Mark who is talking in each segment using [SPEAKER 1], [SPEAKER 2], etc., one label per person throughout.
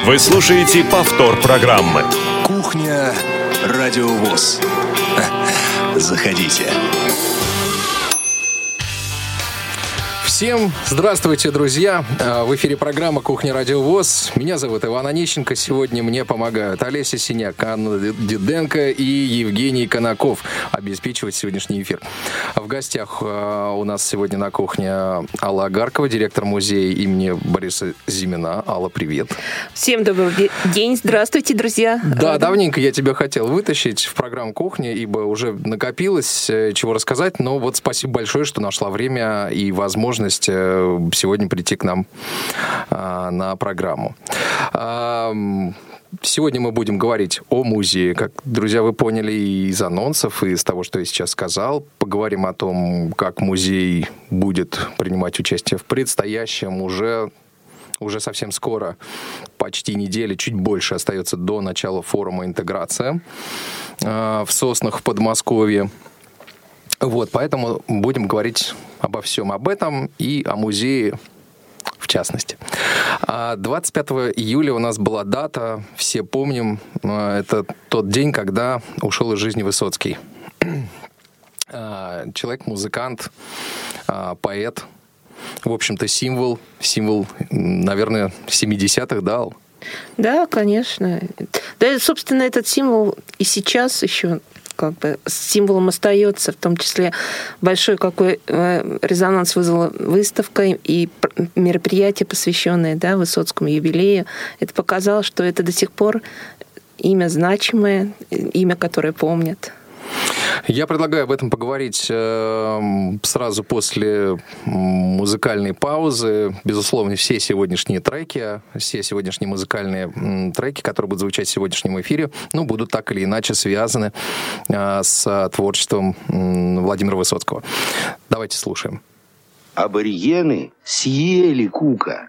[SPEAKER 1] Вы слушаете повтор программы.
[SPEAKER 2] Кухня Радио ВОС. Заходите.
[SPEAKER 3] Всем здравствуйте, друзья! В эфире программа «Кухня Радио ВОС». Меня зовут Иван Онищенко. Сегодня мне помогают Олеся Синяк, Анна Диденко и Евгений Конаков обеспечивать сегодняшний эфир. В гостях у нас сегодня на кухне Алла Агаркова, директор музея имени Бориса Зимина. Алла, привет!
[SPEAKER 4] Всем добрый день! Здравствуйте, друзья!
[SPEAKER 3] Да, давненько я тебя хотел вытащить в программу «Кухня», ибо уже накопилось чего рассказать, но вот спасибо большое, что нашла время и возможность сегодня прийти к нам на программу. Сегодня мы будем говорить о музее. Как, друзья, вы поняли из анонсов, и из того, что я сейчас сказал. Поговорим о том, как музей будет принимать участие в предстоящем уже совсем скоро, почти неделя, чуть больше остается до начала форума «Интеграция» в Соснах в Подмосковье. Вот, поэтому будем говорить обо всем об этом и о музее в частности. 25 июля у нас была дата, все помним, это тот день, когда ушел из жизни Высоцкий. Человек, музыкант, поэт, в общем-то, символ, наверное, 70-х, да, Ал?
[SPEAKER 4] Да, конечно. Да, собственно, этот символ и сейчас еще как бы символом остается, в том числе большой какой резонанс вызвала выставка и мероприятие, посвященное, да, Высоцкому юбилею. Это показало, что это до сих пор имя значимое, имя, которое помнят.
[SPEAKER 3] Я предлагаю об этом поговорить сразу после музыкальной паузы. Безусловно, все сегодняшние музыкальные треки, которые будут звучать в сегодняшнем эфире, будут так или иначе связаны с творчеством Владимира Высоцкого. Давайте слушаем.
[SPEAKER 5] Аборигены съели Кука.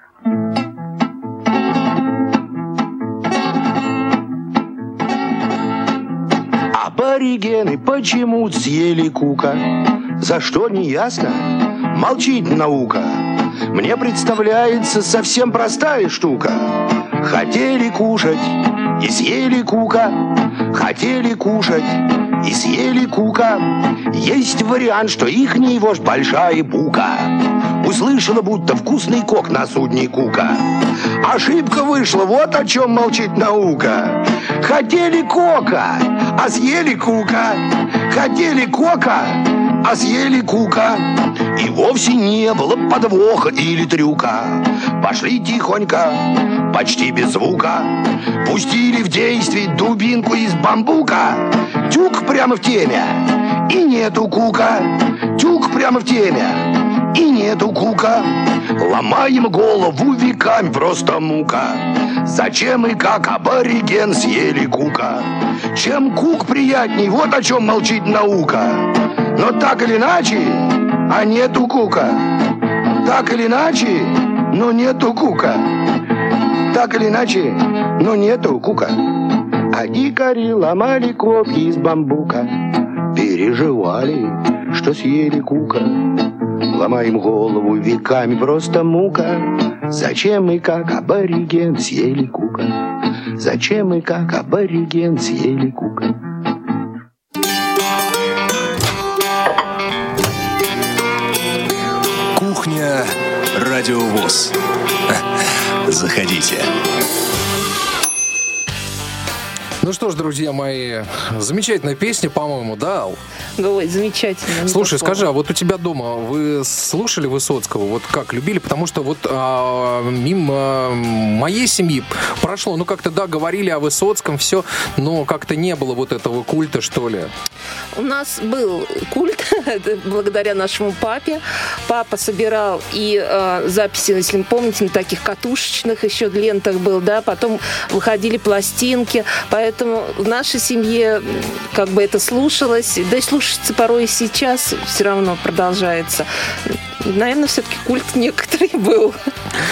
[SPEAKER 5] Аборигены почему съели Кука? За что, не ясно? Молчит наука. Мне представляется совсем простая штука. Хотели кушать и съели Кука. Хотели кушать и съели Кука. Есть вариант, что ихний вождь большая бука. Услышала, будто вкусный кок на судне Кука. Ошибка вышла, вот о чем молчит наука. Хотели кока, а съели Кука. Хотели кока, а съели Кука. И вовсе не было подвоха или трюка. Пошли тихонько, почти без звука. Пустили в действие дубинку из бамбука. Тюк прямо в теме, и нету Кука. Тюк прямо в теме, и нету Кука. Ломаем голову веками, просто мука. Зачем и как абориген съели Кука? Чем Кук приятней, вот о чем молчит наука. Но так или иначе, а нету Кука. Так или иначе, но нету Кука. Так или иначе, но нету Кука. А дикари ломали копья из бамбука. Переживали, что съели Кука. Ломаем голову веками, просто мука. Зачем и как абориген съели Кука? Зачем и как абориген съели Кука?
[SPEAKER 2] Кухня Радио ВОС. Заходите.
[SPEAKER 3] Ну что ж, друзья мои, замечательная песня, по-моему, да, Ал?
[SPEAKER 4] Ой, замечательно.
[SPEAKER 3] Слушай, скажи, а вот у тебя дома вы слушали Высоцкого? Вот как, любили? Потому что вот мимо моей семьи прошло, как-то, да, говорили о Высоцком, все, но как-то не было вот этого культа, что ли.
[SPEAKER 4] У нас был культ, благодаря нашему папе. Папа собирал и записи, если вы помните, на таких катушечных еще лентах был, да, потом выходили пластинки, поэтому в нашей семье как бы это слушалось, да и слушается порой и сейчас все равно продолжается. Наверное, все-таки культ некоторый был.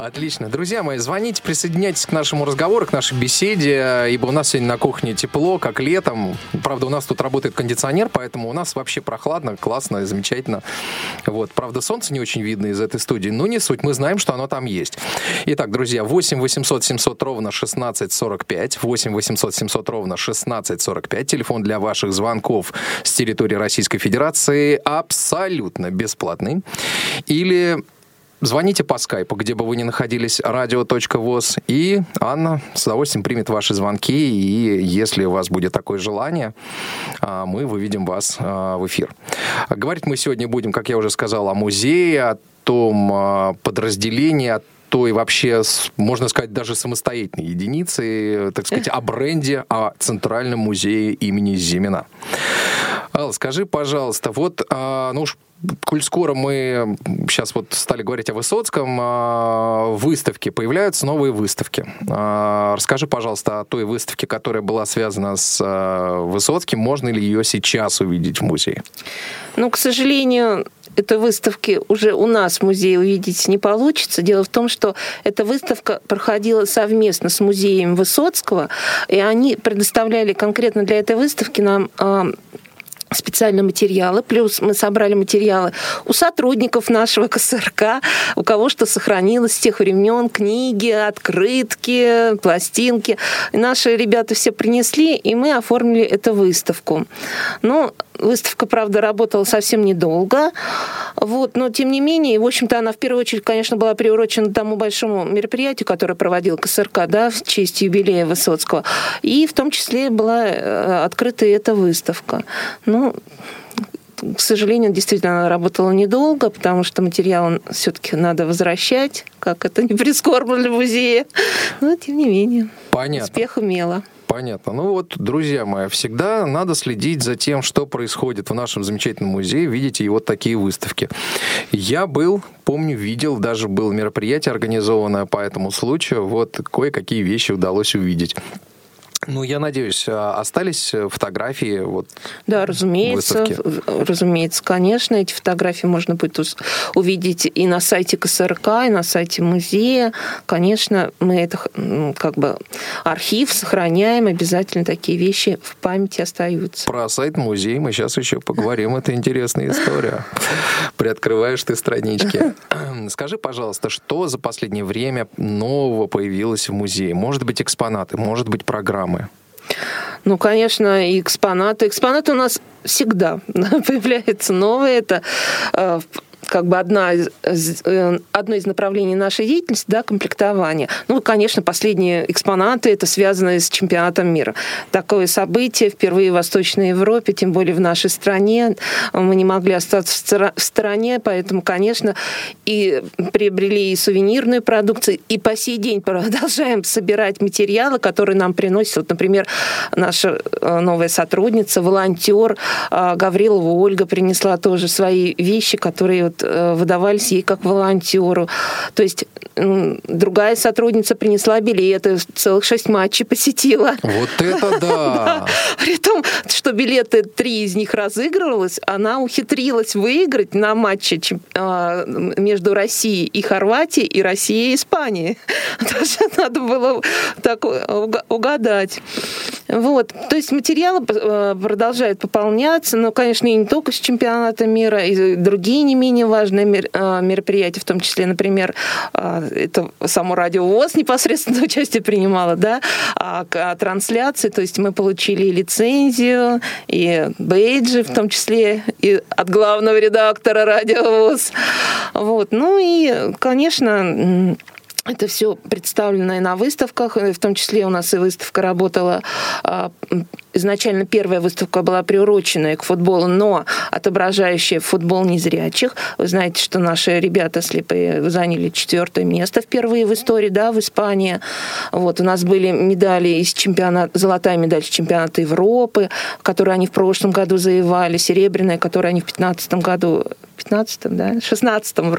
[SPEAKER 3] Отлично. Друзья мои, звоните, присоединяйтесь к нашему разговору, к нашей беседе, ибо у нас сегодня на кухне тепло, как летом. Правда, у нас тут работает кондиционер, поэтому у нас вообще прохладно, классно, замечательно. Вот. Правда, солнце не очень видно из этой студии, но не суть, мы знаем, что оно там есть. Итак, друзья, 8 800 700 ровно 1645, 8 800 700 ровно 1645, телефон для ваших звонков с территории Российской Федерации абсолютно бесплатный. Или звоните по скайпу, где бы вы ни находились, radio.voz, и Анна с удовольствием примет ваши звонки, и если у вас будет такое желание, мы выведем вас в эфир. Говорить мы сегодня будем, как я уже сказал, о музее, о том подразделении, о той вообще, можно сказать, даже самостоятельной единицы, так сказать, о бренде, о Центральном музее имени Зимина. Алла, скажи, пожалуйста, вот, ну уж коль скоро мы сейчас вот стали говорить о Высоцком, выставки, появляются новые выставки. Расскажи, пожалуйста, о той выставке, которая была связана с Высоцким. Можно ли ее сейчас увидеть в музее?
[SPEAKER 4] Ну, к сожалению, этой выставки уже у нас в музее увидеть не получится. Дело в том, что эта выставка проходила совместно с музеем Высоцкого, и они предоставляли конкретно для этой выставки нам специальные материалы, плюс мы собрали материалы у сотрудников нашего КСРК, у кого что сохранилось с тех времен, книги, открытки, пластинки. И наши ребята все принесли, и мы оформили эту выставку. Ну, выставка, правда, работала совсем недолго, вот, но тем не менее, в общем-то, она в первую очередь, конечно, была приурочена тому большому мероприятию, которое проводил КСРК, да, в честь юбилея Высоцкого, и в том числе была открыта и эта выставка. Ну, к сожалению, действительно, она работала недолго, потому что материал все-таки надо возвращать, как это не прискорбно для музея, но тем не менее.
[SPEAKER 3] Понятно.
[SPEAKER 4] Успех имела.
[SPEAKER 3] Понятно. Ну вот, друзья мои, всегда надо следить за тем, что происходит в нашем замечательном музее. Видите, и вот такие выставки. Я помню, видел, даже было мероприятие организованное по этому случаю. Вот кое-какие вещи удалось увидеть. Ну, я надеюсь, остались фотографии вот.
[SPEAKER 4] Да, разумеется, разумеется, конечно. Эти фотографии можно будет увидеть и на сайте КСРК, и на сайте музея. Конечно, мы это как бы архив сохраняем, обязательно такие вещи в памяти остаются.
[SPEAKER 3] Про сайт музея мы сейчас еще поговорим. Это интересная история. Приоткрываешь ты странички. Скажи, пожалуйста, что за последнее время нового появилось в музее? Может быть, экспонаты, может быть, программы?
[SPEAKER 4] Ну, конечно, и экспонаты. Экспонаты у нас всегда появляются новые. Это как бы одно из направлений нашей деятельности, да, комплектование. Ну, конечно, последние экспонаты, это связано с чемпионатом мира. Такое событие впервые в Восточной Европе, тем более в нашей стране. Мы не могли остаться в стороне, поэтому, конечно, и приобрели и сувенирную продукцию, и по сей день продолжаем собирать материалы, которые нам приносят. Вот, например, наша новая сотрудница, волонтер Гаврилова Ольга принесла тоже свои вещи, которые выдавались ей как волонтеру. То есть другая сотрудница принесла билеты, целых 6 матчей посетила.
[SPEAKER 3] Вот это да!
[SPEAKER 4] При том, что билеты 3 из них разыгрывалось, она ухитрилась выиграть на матче между Россией и Хорватией и Россией и Испанией. Даже надо было так угадать. Вот. То есть материалы продолжают пополняться, но, конечно, и не только с чемпионата мира, и другие не менее важные мероприятия, в том числе, например, это само Радио ВОС непосредственно участие принимало, да, трансляции, то есть мы получили и лицензию, и бейджи, в том числе и от главного редактора Радио ВОС. Вот. Ну и, конечно, это все представлено и на выставках, в том числе у нас и выставка работала. Изначально первая выставка была приурочена к футболу, но отображающая футбол незрячих. Вы знаете, что наши ребята слепые заняли 4-е место впервые в истории, да, в Испании. Вот, у нас были медали из чемпионата, золотая медаль с чемпионата Европы, которую они в прошлом году завоевали, серебряная, которую они в 15-м году, 15-м, да, 16-м,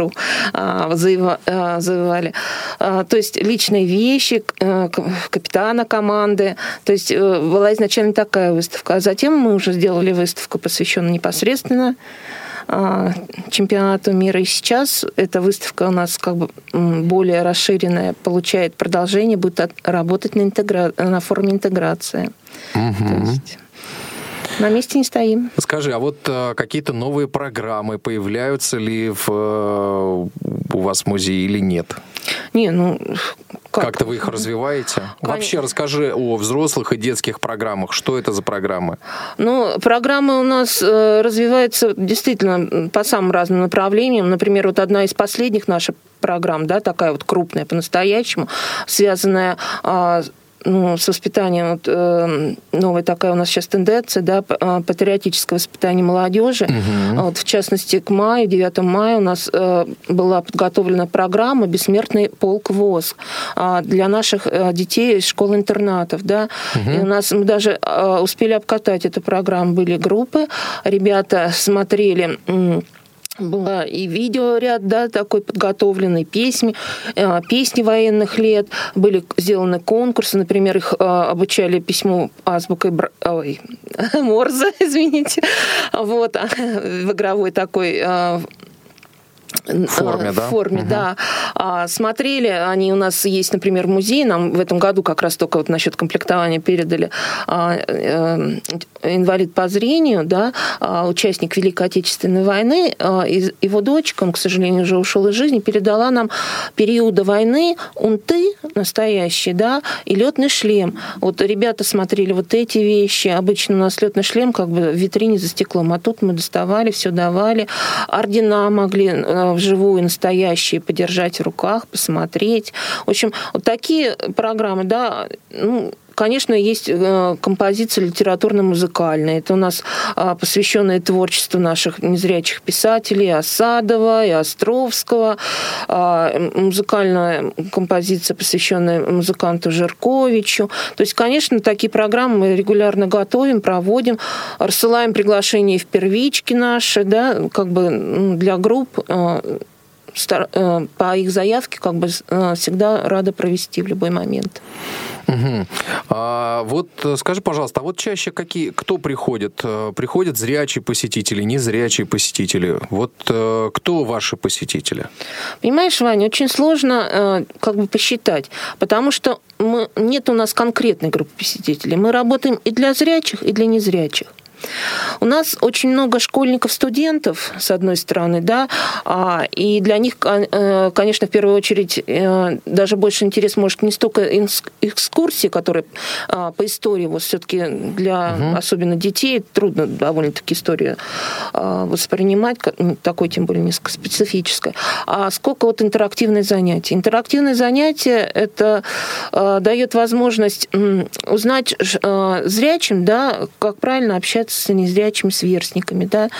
[SPEAKER 4] завоевали. То есть личные вещи капитана команды. То есть была изначально такая выставка. А затем мы уже сделали выставку, посвященную непосредственно чемпионату мира. И сейчас эта выставка у нас как бы более расширенная, получает продолжение, будет работать на форуме интеграции. То есть на месте не стоим.
[SPEAKER 3] Скажи, а вот какие-то новые программы появляются ли у вас в музее или нет?
[SPEAKER 4] Не, ну...
[SPEAKER 3] Как-то вы их развиваете? Вообще расскажи о взрослых и детских программах. Что это за программы?
[SPEAKER 4] Ну, программы у нас развиваются действительно по самым разным направлениям. Например, вот одна из последних наших программ, да, такая вот крупная по-настоящему, связанная с воспитанием, вот, новая такая у нас сейчас тенденция, да, патриотическое воспитание молодежи. Угу. Вот, в частности, к маю, 9 мая у нас была подготовлена программа «Бессмертный полк ВОС» для наших детей из школ-интернатов. Да. Угу. И у нас мы даже успели обкатать эту программу. Были группы, ребята смотрели... Было и видеоряд, да, такой подготовленный, песни военных лет, были сделаны конкурсы, например, их обучали письму азбукой Морзе, извините, вот, в игровой такой...
[SPEAKER 3] форме, да?
[SPEAKER 4] В форме, угу. Да. Смотрели, они у нас есть, например, музей, нам в этом году как раз только вот насчет комплектования передали инвалид по зрению, да, участник Великой Отечественной войны, его дочка, он, к сожалению, уже ушел из жизни, передала нам периода войны унты настоящие, да, и летный шлем. Вот ребята смотрели вот эти вещи, обычно у нас летный шлем как бы в витрине за стеклом, а тут мы доставали, все давали, ордена могли вживую настоящие подержать в руках, посмотреть. В общем, вот такие программы, да, ну, конечно, есть композиции литературно-музыкальные. Это у нас посвященные творчеству наших незрячих писателей Осадова и Островского. Музыкальная композиция, посвященная музыканту Жирковичу. То есть, конечно, такие программы мы регулярно готовим, проводим, рассылаем приглашения в первички наши, да, как бы для групп. По их заявке как бы всегда рада провести в любой момент.
[SPEAKER 3] Угу. Вот скажи, пожалуйста, а вот чаще кто приходит? Приходят зрячие посетители, незрячие посетители? Вот кто ваши посетители?
[SPEAKER 4] Понимаешь, Ваня, очень сложно как бы посчитать, потому что нет у нас конкретной группы посетителей. Мы работаем и для зрячих, и для незрячих. У нас очень много школьников-студентов, с одной стороны, да, и для них, конечно, в первую очередь, даже больше интерес может не столько экскурсии, которые по истории вот все-таки для особенно детей трудно довольно-таки историю воспринимать, такой, тем более, несколько специфической, а сколько вот интерактивные занятия. Интерактивные занятия, это дает возможность узнать зрячим, да, как правильно общаться с незрячими сверстниками, да.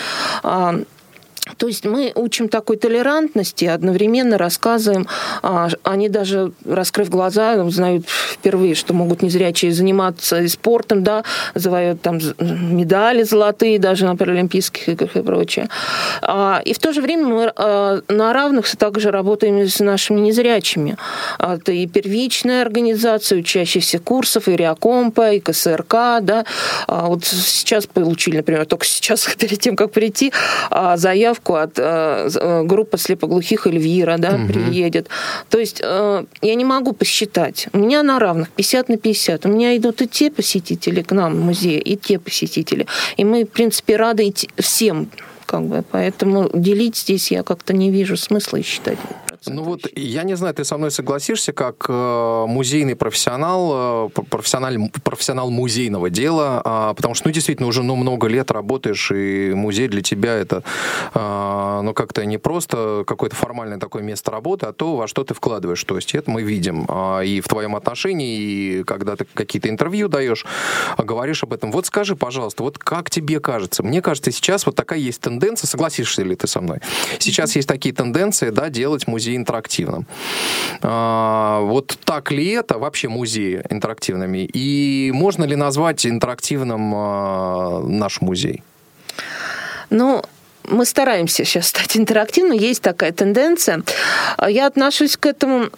[SPEAKER 4] То есть мы учим такой толерантности, одновременно рассказываем, они даже, раскрыв глаза, узнают впервые, что могут незрячие заниматься и спортом, да, завоевывают там медали золотые даже на Паралимпийских играх и прочее. И в то же время мы на равных также работаем с нашими незрячими. Это и первичная организация учащихся курсов, и Реакомпа, и КСРК, да. Вот сейчас получили, например, только сейчас, перед тем, как прийти, заявку от группы слепоглухих Эльвира, да, приедет. То есть я не могу посчитать. У меня на равных 50 на 50. У меня идут и те посетители к нам в музей, и те посетители. И мы, в принципе, рады идти всем, как бы. Поэтому делить здесь я как-то не вижу смысла и считать.
[SPEAKER 3] Ну вот, я не знаю, ты со мной согласишься, как музейный профессионал музейного дела, потому что, ну, действительно, уже много лет работаешь, и музей для тебя это, ну, как-то не просто какое-то формальное такое место работы, а то, во что ты вкладываешь. То есть это мы видим и в твоем отношении, и когда ты какие-то интервью даешь, говоришь об этом. Вот скажи, пожалуйста, вот как тебе кажется? Мне кажется, сейчас вот такая есть тенденция, согласишься ли ты со мной? Сейчас есть такие тенденции, да, делать музей интерактивным. Вот так ли это вообще музеи интерактивными? И можно ли назвать интерактивным наш музей?
[SPEAKER 4] Ну, мы стараемся сейчас стать интерактивным. Есть такая тенденция. Я отношусь к этому,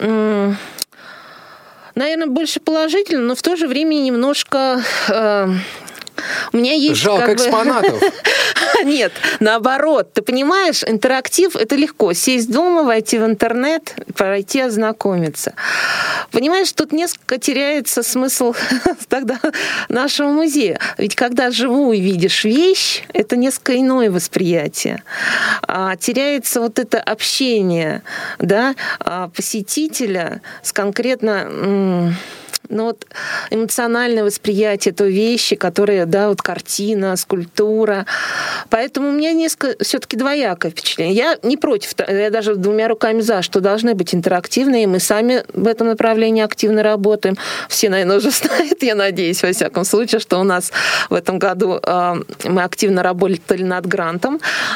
[SPEAKER 4] наверное, больше положительно, но в то же время немножко... У меня есть,
[SPEAKER 3] жалко экспонатов.
[SPEAKER 4] Нет, наоборот. Ты понимаешь, интерактив — это легко. Сесть дома, войти в интернет, пройти, ознакомиться. Понимаешь, тут несколько теряется смысл тогда нашего музея. Ведь когда живую видишь вещь, это несколько иное восприятие. Теряется вот это общение, да, посетителя с конкретно... эмоциональное восприятие той вещи, которая, да, вот картина, скульптура. Поэтому у меня несколько все-таки двоякое впечатление. Я не против, я даже двумя руками за, что должны быть интерактивные. Мы сами в этом направлении активно работаем. Все, наверное, уже знают, я надеюсь, во всяком случае, что у нас в этом году мы активно работали над грантом.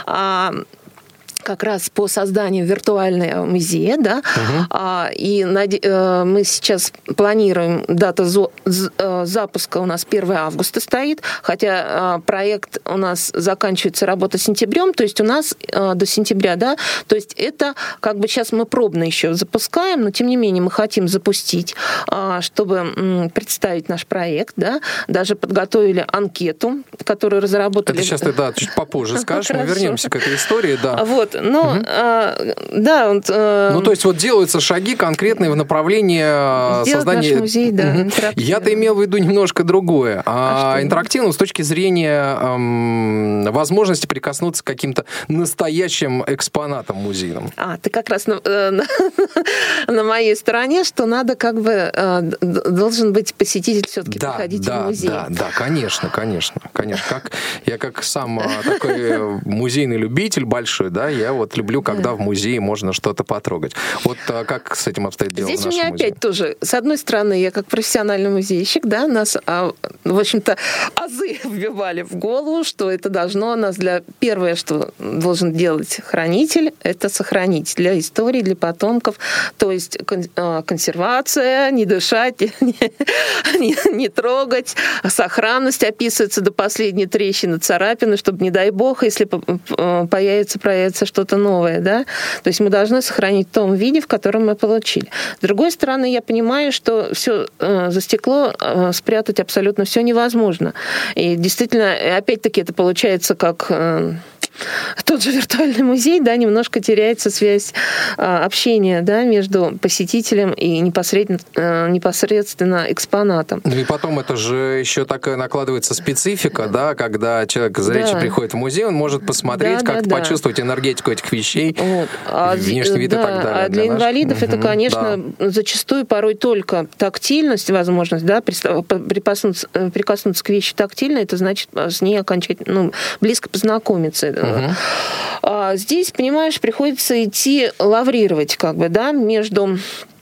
[SPEAKER 4] Как раз по созданию виртуального музея, да, и мы сейчас планируем, дата запуска у нас 1 августа стоит, хотя проект у нас заканчивается работа сентябрем, то есть у нас до сентября, да, то есть это как бы сейчас мы пробно еще запускаем, но тем не менее мы хотим запустить, чтобы представить наш проект, да, даже подготовили анкету, которую разработали.
[SPEAKER 3] Это сейчас ты, да, чуть попозже скажешь, мы вернемся к этой истории, да.
[SPEAKER 4] Вот. Но, да...
[SPEAKER 3] Ну, то есть вот делаются шаги конкретные в направлении создания...
[SPEAKER 4] Наш музей, да,
[SPEAKER 3] Я-то имел в виду немножко другое. Интерактивно с точки зрения возможности прикоснуться к каким-то настоящим экспонатам музейным.
[SPEAKER 4] Ты как раз на моей стороне, что надо как бы... Должен быть посетитель все-таки приходить в музей.
[SPEAKER 3] Да, конечно. Я как сам такой музейный любитель большой, да, я вот люблю, когда в музее можно что-то потрогать. Вот как с этим обстоит дело в нашем музее?
[SPEAKER 4] Здесь у меня опять тоже, с одной стороны, я как профессиональный музейщик, да, нас, в общем-то, азы вбивали в голову, что это должно нас первое, что должен делать хранитель, это сохранить для истории, для потомков, то есть консервация, не дышать, не трогать, сохранность описывается до последней трещины, царапины, чтобы, не дай бог, если проявится что-то новое, да, то есть мы должны сохранить в том виде, в котором мы получили. С другой стороны, я понимаю, что все за стекло спрятать абсолютно все невозможно. И действительно, опять-таки, это получается как... Тот же виртуальный музей, да, немножко теряется связь общения, да, между посетителем и непосредственно экспонатом.
[SPEAKER 3] Ну и потом это же еще такая накладывается специфика, да, когда человек зрячий приходит в музей, он может посмотреть, как почувствовать энергетику этих вещей, внешний вид и так далее.
[SPEAKER 4] А для инвалидов это, конечно, зачастую порой только тактильность, возможность, да, прикоснуться к вещи тактильно, это значит с ней окончательно, близко познакомиться. Здесь, понимаешь, приходится идти лаврировать, как бы, да, между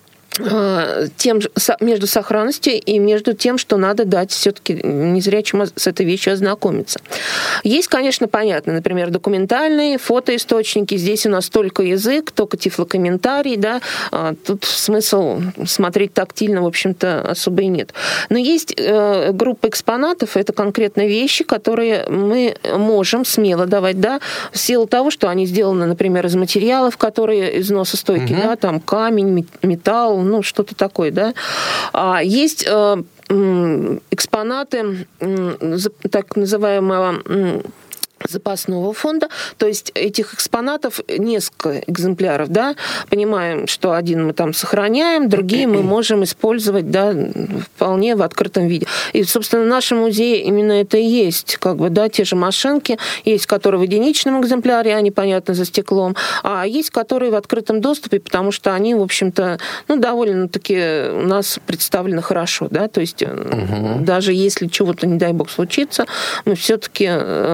[SPEAKER 4] сохранностью и между тем, что надо дать все-таки незрячему с этой вещью ознакомиться. Есть, конечно, понятно, например, документальные фотоисточники. Здесь у нас только язык, только тифлокомментарий, да. Тут смысл смотреть тактильно, в общем-то, особо и нет. Но есть группа экспонатов, это конкретно вещи, которые мы можем смело давать, да, в силу того, что они сделаны, например, из материалов, которые износостойкие, да, там камень, металл, что-то такое, да. Есть экспонаты так называемого запасного фонда, то есть этих экспонатов несколько экземпляров, да, понимаем, что один мы там сохраняем, другие мы можем использовать, да, вполне в открытом виде. И, собственно, в нашем музее именно это и есть, как бы, да, те же машинки, есть которые в единичном экземпляре, они, понятно, за стеклом, а есть которые в открытом доступе, потому что они, в общем-то, довольно-таки у нас представлены хорошо, да, то есть даже если чего-то, не дай бог, случится, мы все-таки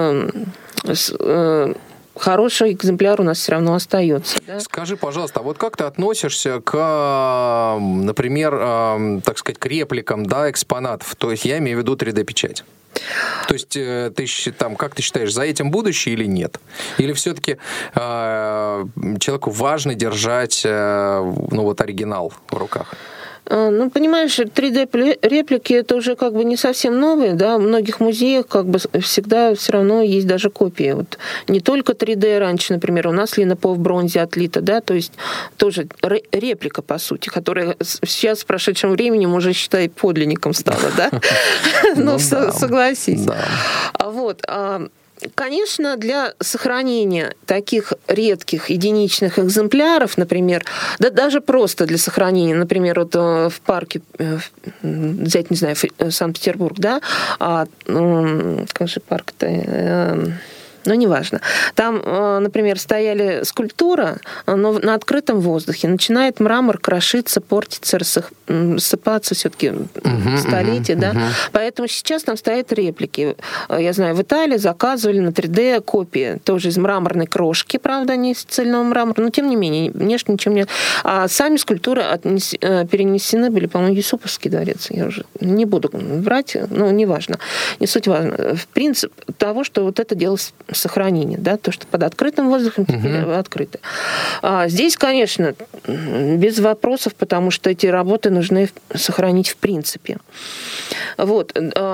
[SPEAKER 4] хороший экземпляр у нас все равно остается. Да?
[SPEAKER 3] Скажи, пожалуйста, а вот как ты относишься к, например, так сказать, к репликам, да, экспонатов? То есть я имею в виду 3D-печать. То есть как ты считаешь, за этим будущее или нет? Или все-таки человеку важно держать оригинал в руках?
[SPEAKER 4] Понимаешь, 3D-реплики это уже как бы не совсем новые, да, в многих музеях как бы всегда все равно есть даже копии. Вот не только 3D раньше, например, у нас линопол в бронзе отлита, да, то есть тоже реплика, по сути, которая сейчас с прошедшим временем уже, считай, подлинником стала, да? Ну, согласись. Вот. Конечно, для сохранения таких редких единичных экземпляров, например, да даже просто для сохранения, например, вот в парке, взять, не знаю, Санкт-Петербург, да, как же парк-то... Но неважно. Там, например, стояли скульптура, но на открытом воздухе. Начинает мрамор крошиться, портиться, рассыпаться все-таки столетия. Да? Поэтому сейчас там стоят реплики. Я знаю, в Италии заказывали на 3D копии. Тоже из мраморной крошки, правда, не из цельного мрамора. Но, тем не менее, внешне ничем нет. А сами скульптуры перенесены были, по-моему, в Юсуповский дворец. Я уже не буду врать, но неважно. Не суть важно. Принцип того, что вот это дело сохранение, да, то, что под открытым воздухом теперь открыто. Здесь, конечно, без вопросов, потому что эти работы нужны сохранить в принципе. Вот.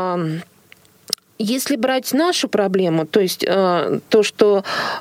[SPEAKER 4] Если брать нашу проблему, то есть то, что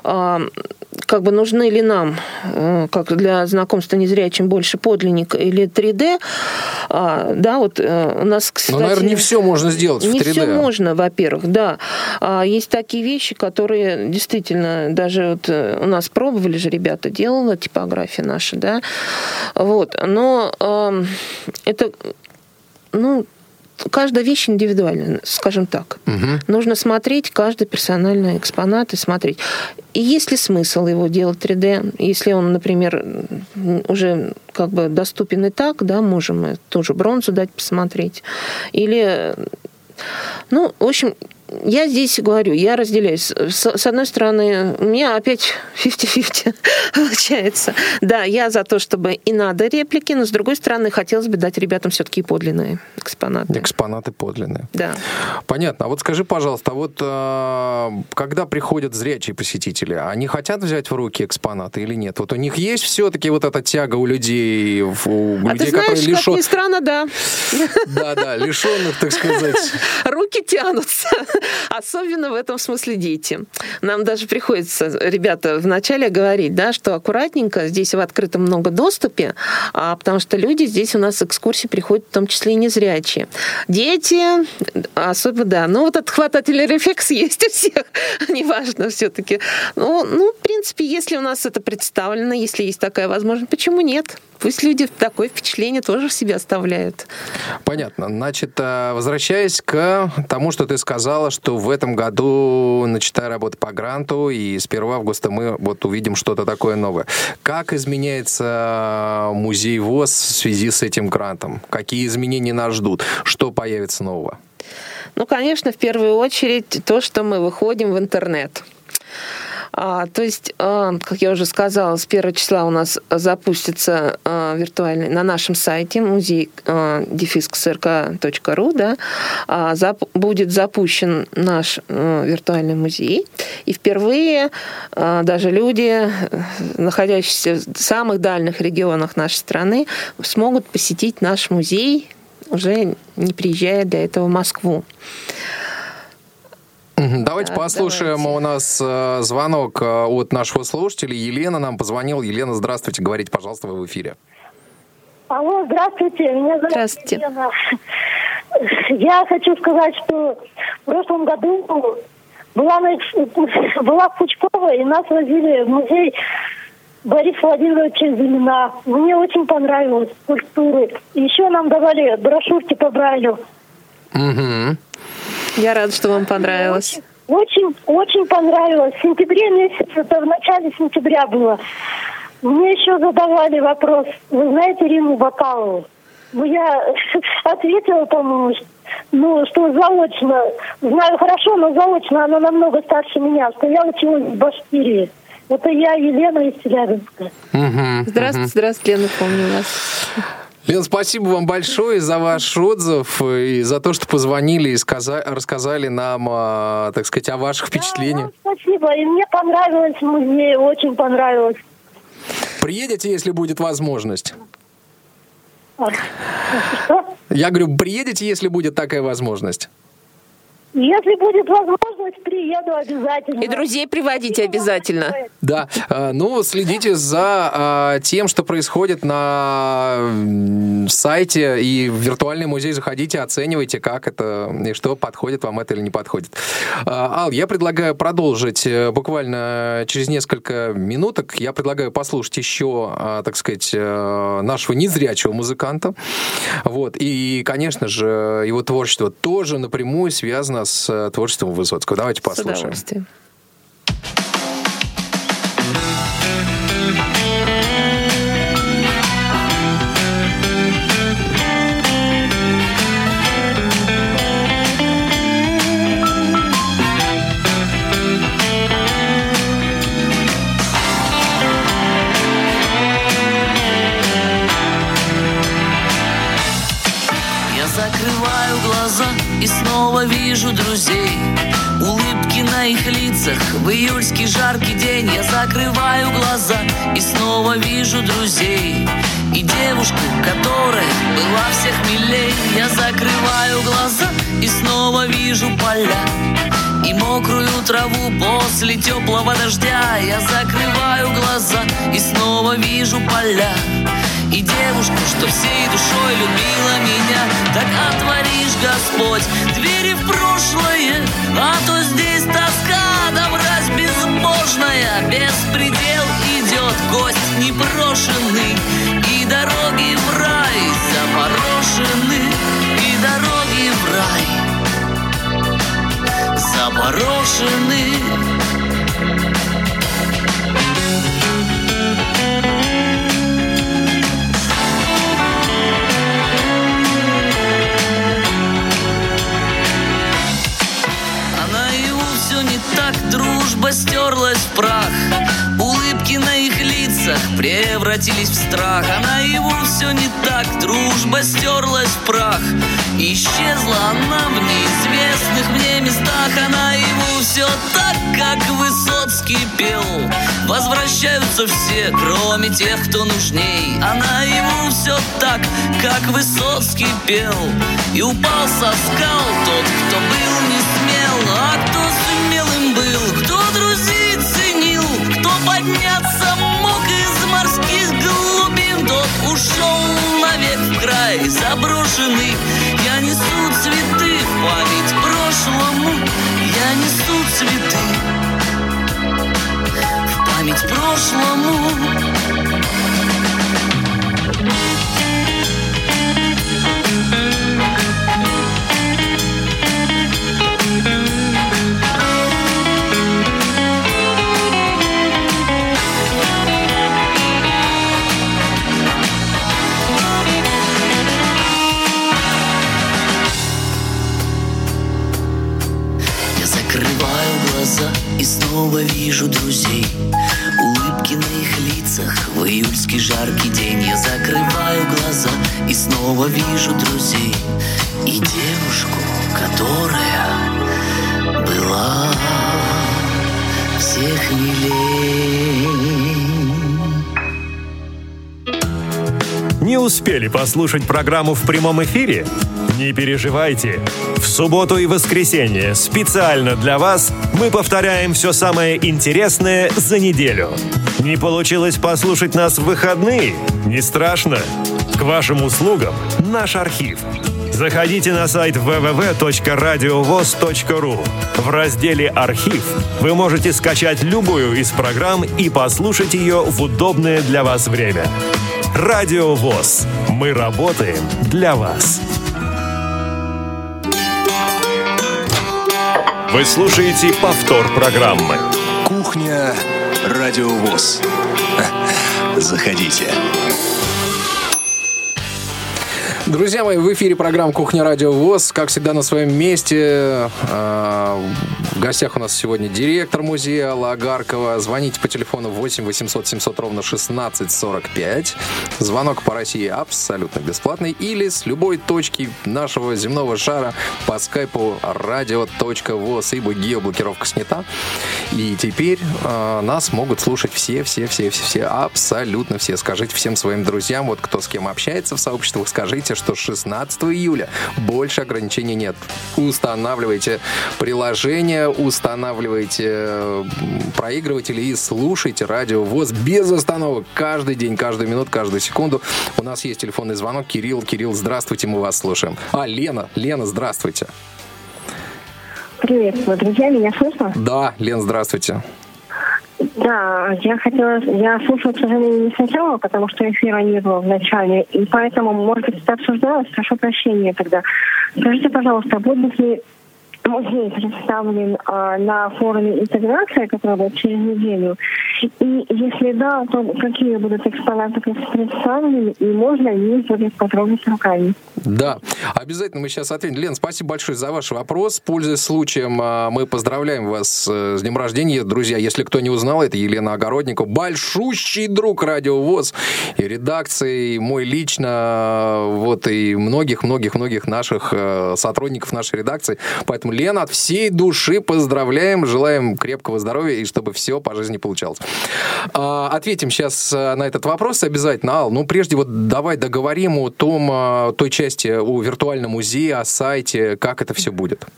[SPEAKER 4] как бы нужны ли нам, как для знакомства незрячим, больше подлинник или 3D, да, вот у нас, кстати...
[SPEAKER 3] Ну, наверное, не все можно сделать в 3D.
[SPEAKER 4] Не все можно, во-первых, да. Есть такие вещи, которые действительно, даже вот у нас пробовали же ребята, делала типография наша, да, вот, но это, ну, каждая вещь индивидуальна, скажем так. Нужно смотреть каждый персональный экспонат и смотреть. И есть ли смысл его делать 3D? Если он, например, уже как бы доступен и так, да, можем мы тоже бронзу дать посмотреть. Или, ну, в общем, я здесь говорю, я разделяюсь. С одной стороны, у меня опять 50-50 получается. Да, я за то, чтобы и надо реплики, но с другой стороны, хотелось бы дать ребятам все-таки подлинные экспонаты.
[SPEAKER 3] Экспонаты подлинные.
[SPEAKER 4] Да.
[SPEAKER 3] Понятно. А вот скажи, пожалуйста, вот когда приходят зрячие посетители, они хотят взять в руки экспонаты или нет? Вот у них есть все-таки вот эта тяга у людей,
[SPEAKER 4] людей, ты знаешь,
[SPEAKER 3] которые лишён...
[SPEAKER 4] как ни странно, да.
[SPEAKER 3] Да, лишенных, так сказать.
[SPEAKER 4] Руки тянутся. Особенно в этом смысле дети. Нам даже приходится, ребята, вначале говорить, да, что аккуратненько, здесь в открытом много доступе, потому что люди здесь у нас с экскурсий приходят, в том числе и незрячие. Дети, особо, да. Ну, вот этот хватательный рефлекс есть у всех. Неважно все-таки. Ну, в принципе, если у нас это представлено, если есть такая возможность, почему нет? Пусть люди такое впечатление тоже в себе оставляют.
[SPEAKER 3] Понятно. Значит, возвращаясь к тому, что ты сказала, что в этом году начата работа по гранту, и с 1 августа мы вот увидим что-то такое новое. Как изменяется музей ВОС в связи с этим грантом? Какие изменения нас ждут? Что появится нового?
[SPEAKER 4] Ну, конечно, в первую очередь то, что мы выходим в интернет. То есть, как я уже сказала, с 1 числа у нас запустится виртуальный на нашем сайте muzей-ksrk.ru, да, будет запущен наш виртуальный музей. И впервые даже люди, находящиеся в самых дальних регионах нашей страны, смогут посетить наш музей, уже не приезжая для этого в Москву.
[SPEAKER 3] Давайте послушаем. Давайте. У нас звонок от нашего слушателя. Елена нам позвонила. Елена, здравствуйте. Говорите, пожалуйста, вы в эфире.
[SPEAKER 6] Алло, здравствуйте. Меня зовут
[SPEAKER 4] Здравствуйте.
[SPEAKER 6] Елена. Я хочу сказать, что в прошлом году была в Пучково, и нас возили в музей Бориса Владимировича Зимина. Мне очень понравилось скульптуры. Еще нам давали брошюрки по Брайлю.
[SPEAKER 3] Угу.
[SPEAKER 4] Я рада, что вам понравилось.
[SPEAKER 6] Очень понравилось. В сентябре месяце, это в начале сентября было. Мне еще задавали вопрос. Вы знаете Риму Бакалову? Ну, я ответила, по-моему, что заочно. Знаю хорошо, но заочно она намного старше меня. Что я училась в Башкирии. Это я, Елена из Челябинска.
[SPEAKER 4] Здравствуйте, Лена, помню вас.
[SPEAKER 3] Лен, спасибо вам большое за ваш отзыв и за то, что позвонили и рассказали нам, так сказать, о ваших впечатлениях.
[SPEAKER 6] Да, спасибо. И мне понравилось в музее, очень понравилось.
[SPEAKER 3] Приедете, если будет возможность?
[SPEAKER 6] Что?
[SPEAKER 3] Я говорю, приедете, если будет такая возможность?
[SPEAKER 6] Если будет возможность, приеду обязательно.
[SPEAKER 4] И друзей приводите обязательно.
[SPEAKER 3] Да, ну, следите за тем, что происходит на сайте, и в виртуальный музей заходите, оценивайте, как это, и что подходит вам это или не подходит. Ал, я предлагаю продолжить буквально через несколько минуток. Я предлагаю послушать еще, так сказать, нашего незрячего музыканта. Вот. И, конечно же, его творчество тоже напрямую связано с творчеством Высоцкого. Давайте послушаем.
[SPEAKER 4] С удовольствием.
[SPEAKER 7] Закрываю глаза и снова вижу друзей. Улыбки на их лицах в июльский жаркий день. Я закрываю глаза и снова вижу друзей. И девушку, которая была всех милей. Я закрываю глаза и снова вижу поля и мокрую траву после теплого дождя. Я закрываю глаза и снова вижу поля и девушку, что всей душой любила меня. Так отворишь, Господь, двери в прошлое, а то здесь тоска, да мразь безбожная. Беспредел идет, гость непрошенный, и дороги в рай запорошены, и дороги в рай запорошены. Дружба стерлась в прах, улыбки на их лицах превратились в страх. А наяву все не так, дружба стерлась в прах. Исчезла она в неизвестных мне местах. А наяву все так, как Высоцкий пел. Возвращаются все, кроме тех, кто нужней. А наяву все так, как Высоцкий пел. И упал со скал тот, кто был не смел. А кто смелым был, кто друзей ценил, кто подняться мог из морских глубин, тот ушел навек в край заброшенный. Я несу цветы в память прошлому, я несу цветы в память прошлому. И снова вижу друзей, улыбки на их лицах в июльский жаркий день. Я закрываю глаза и снова вижу друзей и девушку, которая была всех милей.
[SPEAKER 1] Не успели послушать программу в прямом эфире? Не переживайте. В субботу и воскресенье специально для вас мы повторяем все самое интересное за неделю. Не получилось послушать нас в выходные? Не страшно. К вашим услугам наш архив. Заходите на сайт www.radiovoz.ru. В разделе «Архив» вы можете скачать любую из программ и послушать ее в удобное для вас время. Радио ВОС. Мы работаем для вас. Вы слушаете повтор программы.
[SPEAKER 2] Кухня Радио ВОС. Заходите.
[SPEAKER 3] Друзья мои, в эфире программа «Кухня Радио ВОС». Как всегда, на своем месте В гостях у нас сегодня директор музея Алла Агаркова. Звоните по телефону 8 800 700 ровно 1645. Звонок по России абсолютно бесплатный. Или с любой точки нашего земного шара по скайпу radio.voz, ибо геоблокировка снята. И теперь нас могут слушать все, абсолютно все. Скажите всем своим друзьям, вот кто с кем общается в сообществах, скажите, что 16 июля больше ограничений нет. Устанавливайте приложение, устанавливайте проигрыватели и слушайте Радио ВОС без остановок. Каждый день, каждую минуту, каждую секунду. У нас есть телефонный звонок. Кирилл, здравствуйте, мы вас слушаем. Лена, здравствуйте.
[SPEAKER 6] Приветствую, друзья, меня слышно?
[SPEAKER 3] Да, Лен, здравствуйте.
[SPEAKER 6] Да, я слушала, к сожалению, не сначала, потому что эфира не было в начале, и поэтому, может быть, это обсуждалось, прошу прощения тогда. Скажите, пожалуйста, будет ли музей представлен на форуме интеграции, который будет через неделю? И если да, то какие будут экспонаты представлены, и можно ли их будет потрогать руками?
[SPEAKER 3] Да, обязательно мы сейчас ответим. Лен, спасибо большое за ваш вопрос. Пользуясь случаем, мы поздравляем вас с днем рождения. Друзья, если кто не узнал, это Елена Огородникова, большущий друг Радио ВОС и редакции, мой лично, вот, и многих наших сотрудников нашей редакции. Поэтому, Лена, от всей души поздравляем, желаем крепкого здоровья и чтобы все по жизни получалось. Ответим сейчас на этот вопрос обязательно. Ал, ну прежде вот давай договорим о той части, о виртуальном музее, о сайте, как это все будет.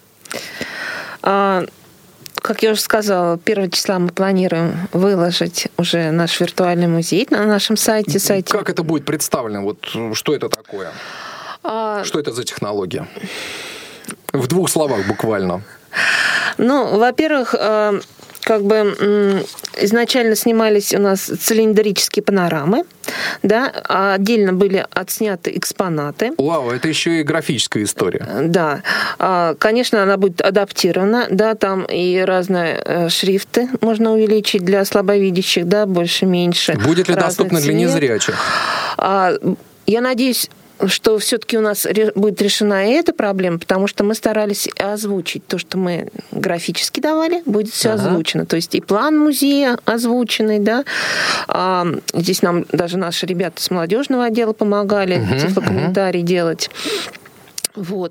[SPEAKER 4] Как я уже сказала, 1 числа мы планируем выложить уже наш виртуальный музей на нашем сайте.
[SPEAKER 3] Как это будет представлено? Вот что это такое? Что это за технология? В 2 словах буквально.
[SPEAKER 4] Ну, во-первых, изначально снимались у нас цилиндрические панорамы, да, а отдельно были отсняты экспонаты.
[SPEAKER 3] Вау, это еще и графическая история.
[SPEAKER 4] Да, конечно, она будет адаптирована, да, там и разные шрифты можно увеличить для слабовидящих, да, больше-меньше.
[SPEAKER 3] Будет ли доступно для незрячих?
[SPEAKER 4] Я надеюсь, что все-таки у нас будет решена и эта проблема, потому что мы старались озвучить то, что мы графически давали, будет все озвучено. То есть и план музея озвученный, да. Здесь нам даже наши ребята с молодежного отдела помогали тифлокомментарий делать. Вот.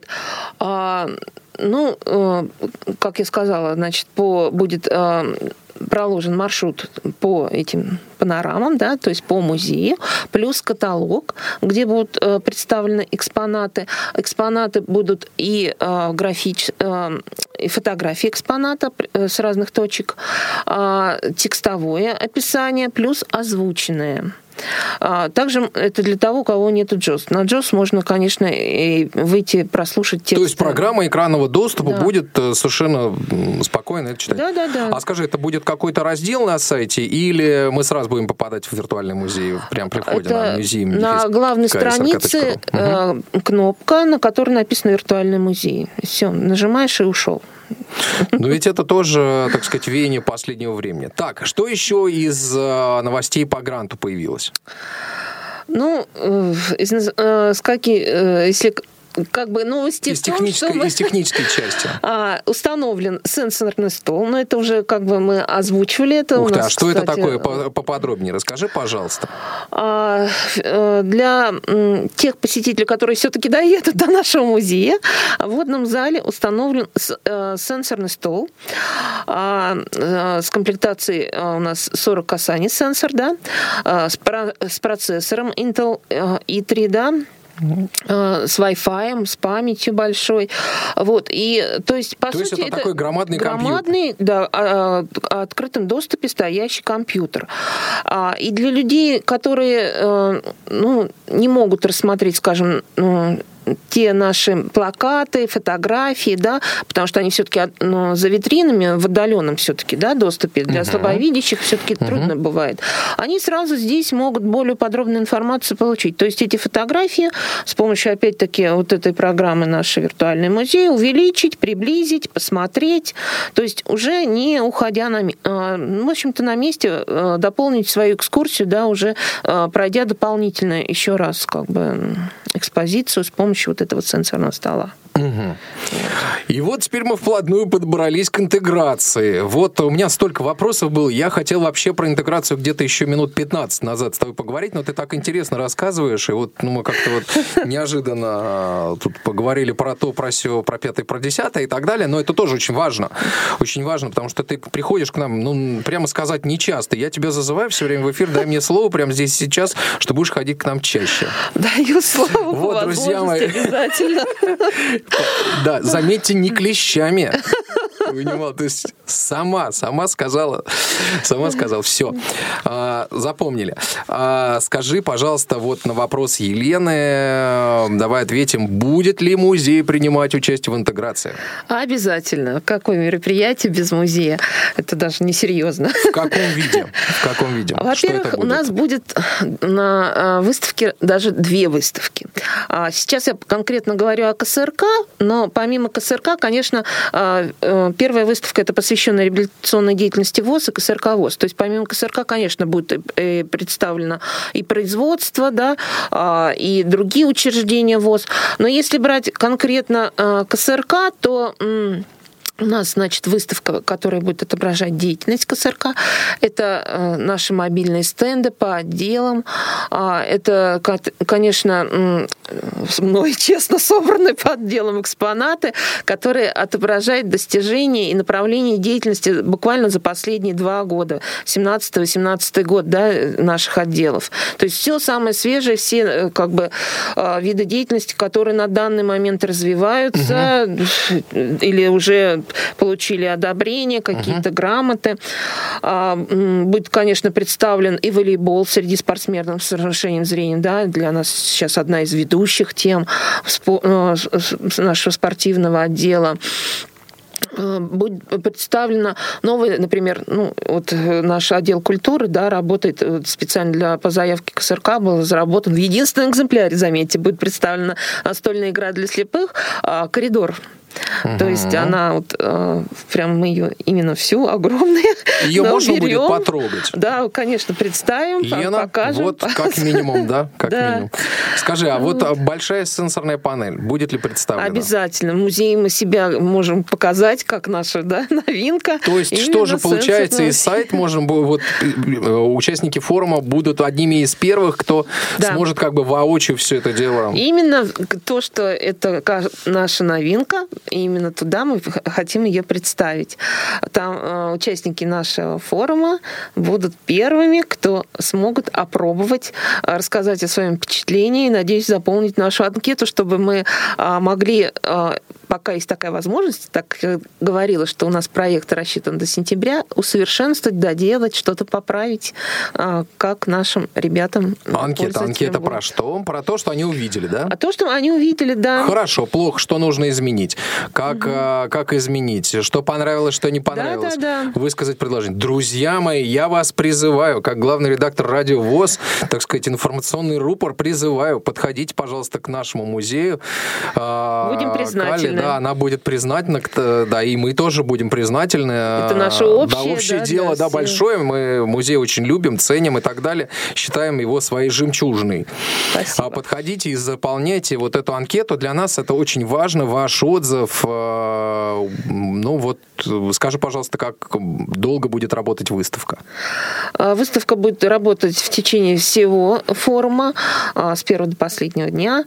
[SPEAKER 4] Как я сказала, значит, будет проложен маршрут по этим панорамам, да, то есть по музею, плюс каталог, где будут представлены экспонаты. Экспонаты будут и и фотографии экспоната с разных точек, текстовое описание, плюс озвученное. Также это для того, у кого нет JAWS. На JAWS можно, конечно, выйти, прослушать текст.
[SPEAKER 3] То есть программа экранного доступа будет совершенно спокойно это читать?
[SPEAKER 4] Да.
[SPEAKER 3] А скажи, это будет какой-то раздел на сайте, или мы сразу будем попадать в виртуальный музей прямо при входе на музей?
[SPEAKER 4] На главной странице кнопка, на которой написано «Виртуальный музей». Все, нажимаешь и ушел.
[SPEAKER 3] Но ведь это тоже, так сказать, веяние последнего времени. Так, что еще из новостей по гранту появилось?
[SPEAKER 4] Ну, если новости
[SPEAKER 3] из технической части.
[SPEAKER 4] Установлен сенсорный стол, но это уже мы озвучивали это.
[SPEAKER 3] Ух ты, а что это такое? Поподробнее расскажи, пожалуйста.
[SPEAKER 4] Для тех посетителей, которые все-таки доедут до нашего музея, в водном зале установлен сенсорный стол с комплектацией у нас 40 касаний сенсор, да, с процессором Intel i3, да, с Wi-Fi, с памятью большой. Вот. И, то есть, по сути,
[SPEAKER 3] это такой громадный компьютер.
[SPEAKER 4] Да, открытом доступе стоящий компьютер. И для людей, которые не могут рассмотреть, скажем, те наши плакаты, фотографии, да, потому что они все-таки за витринами в отдаленном все-таки, да, доступе для слабовидящих все-таки трудно бывает. Они сразу здесь могут более подробную информацию получить. То есть эти фотографии с помощью, опять-таки, вот этой программы «Наш виртуальный музей» увеличить, приблизить, посмотреть. То есть уже не уходя в общем-то, на месте дополнить свою экскурсию, да, уже пройдя дополнительно еще раз экспозицию с помощью вот этого сенсорного стола.
[SPEAKER 3] И вот теперь мы вплотную подобрались к интеграции. Вот у меня столько вопросов было. Я хотел вообще про интеграцию где-то еще минут 15 назад с тобой поговорить, но ты так интересно рассказываешь, и вот мы как-то вот неожиданно тут поговорили про то, про сё, про пятое, про десятое и так далее, но это тоже очень важно. Очень важно, потому что ты приходишь к нам, прямо сказать, не часто. Я тебя зазываю все время в эфир, дай мне слово прямо здесь сейчас, что будешь ходить к нам чаще.
[SPEAKER 4] Даю слово,
[SPEAKER 3] вот, друзья мои.
[SPEAKER 4] Обязательно.
[SPEAKER 3] Да, заметьте, не клещами. Понимал, то есть сама сказала, все. Запомнили. Скажи, пожалуйста, вот на вопрос Елены, давай ответим, будет ли музей принимать участие в интеграции?
[SPEAKER 4] Обязательно. Какое мероприятие без музея? Это даже несерьезно.
[SPEAKER 3] В каком виде?
[SPEAKER 4] Во-первых, у нас будет на выставке даже 2 выставки. Сейчас я конкретно говорю о КСРК, но помимо КСРК, конечно, первая выставка это посвященная реабилитационной деятельности ВОС и КСРК ВОС. То есть помимо КСРК, конечно, будет представлено и производство, да, и другие учреждения ВОС. Но если брать конкретно КСРК, то у нас, значит, выставка, которая будет отображать деятельность КСРК. Это наши мобильные стенды по отделам. Это, конечно, мной честно собраны по отделам экспонаты, которые отображают достижения и направления деятельности буквально за последние 2 года, 17-18 год, да, наших отделов. То есть все самое свежее, все виды деятельности, которые на данный момент развиваются или уже получили одобрение, какие-то грамоты. Будет, конечно, представлен и волейбол среди спортсменов с нарушением зрения. Да, для нас сейчас одна из ведущих тем нашего спортивного отдела. Будет представлено новое, например, наш отдел культуры, да, работает специально по заявке КСРК, был разработан в единственном экземпляре, заметьте, будет представлена настольная игра для слепых «Коридор». То есть она прям мы ее именно всю огромную.
[SPEAKER 3] Ее можно будет потрогать.
[SPEAKER 4] Да, конечно, представим, покажем.
[SPEAKER 3] Вот как минимум, да? Как минимум. Скажи, а вот большая сенсорная панель будет ли представлена?
[SPEAKER 4] Обязательно. В музее мы себя можем показать как наша, да, новинка.
[SPEAKER 3] То есть что же получается, и сайт можем, вот участники форума будут одними из первых, кто сможет воочию все это дело.
[SPEAKER 4] Именно то, что это наша новинка, именно туда мы хотим ее представить. Там участники нашего форума будут первыми, кто смогут опробовать, рассказать о своем впечатлении и, надеюсь, заполнить нашу анкету, чтобы мы могли, пока есть такая возможность, так как говорила, что у нас проект рассчитан до сентября, усовершенствовать, доделать, что-то поправить, как нашим ребятам.
[SPEAKER 3] Анкета про что? Про то, что они увидели, да?
[SPEAKER 4] А то, что они увидели, да.
[SPEAKER 3] Хорошо, плохо, что нужно изменить? Как изменить? Что понравилось, что не понравилось?
[SPEAKER 4] Да.
[SPEAKER 3] Высказать предложение. Друзья мои, я вас призываю, как главный редактор Радио ВОС, так сказать, информационный рупор, призываю, подходите, пожалуйста, к нашему музею.
[SPEAKER 4] Будем признательны.
[SPEAKER 3] Да, она будет признательна, да, и мы тоже будем признательны.
[SPEAKER 4] Это наше общее.
[SPEAKER 3] Да, общее дело, да, большое. Мы музей очень любим, ценим и так далее. Считаем его своей жемчужиной.
[SPEAKER 4] Спасибо.
[SPEAKER 3] Подходите и заполняйте вот эту анкету. Для нас это очень важно. Ваш отзыв. Скажи, пожалуйста, как долго будет работать выставка?
[SPEAKER 4] Выставка будет работать в течение всего форума, с первого до последнего дня.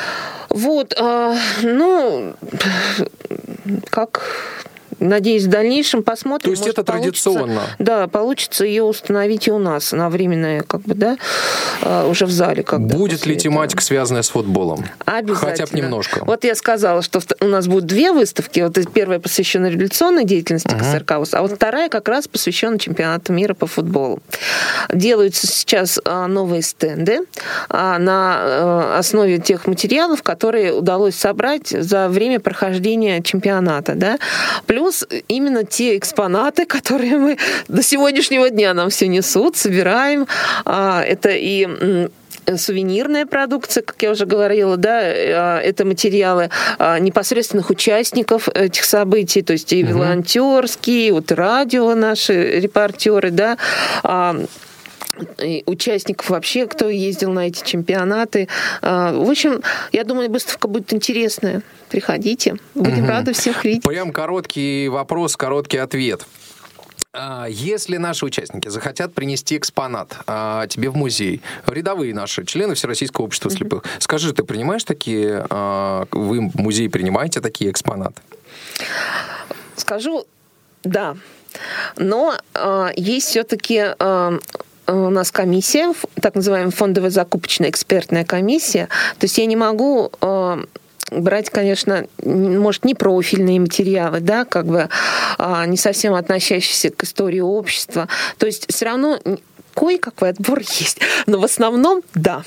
[SPEAKER 4] Надеюсь, в дальнейшем посмотрим.
[SPEAKER 3] То есть это традиционно?
[SPEAKER 4] Да, получится ее установить и у нас на временное, уже в зале.
[SPEAKER 3] Будет ли тематика, связанная с футболом?
[SPEAKER 4] Обязательно.
[SPEAKER 3] Хотя бы немножко.
[SPEAKER 4] Вот я сказала, что у нас будет 2 выставки. Вот первая посвящена реабилитационной деятельности КСРК, а вот вторая как раз посвящена чемпионату мира по футболу. Делаются сейчас новые стенды на основе тех материалов, которые удалось собрать за время прохождения чемпионата. Да? Плюс именно те экспонаты, которые мы до сегодняшнего дня нам все несут, собираем. Это и сувенирная продукция, как я уже говорила, да, это материалы непосредственных участников этих событий, то есть и волонтерские, радио наши репортеры, да, и участников вообще, кто ездил на эти чемпионаты. В общем, я думаю, выставка будет интересная. Приходите, будем рады всех видеть.
[SPEAKER 3] Прям короткий вопрос, короткий ответ. Если наши участники захотят принести экспонат тебе в музей, рядовые наши, члены Всероссийского общества слепых, скажи, ты принимаешь такие, вы в музей принимаете такие экспонаты?
[SPEAKER 4] Скажу, да. Но есть все-таки у нас комиссия, так называемая фондовая закупочная экспертная комиссия. То есть я не могу брать, конечно, может, не профильные материалы, да, как бы не совсем относящиеся к истории общества. То есть все равно кое-какой отбор есть. Но в основном, да.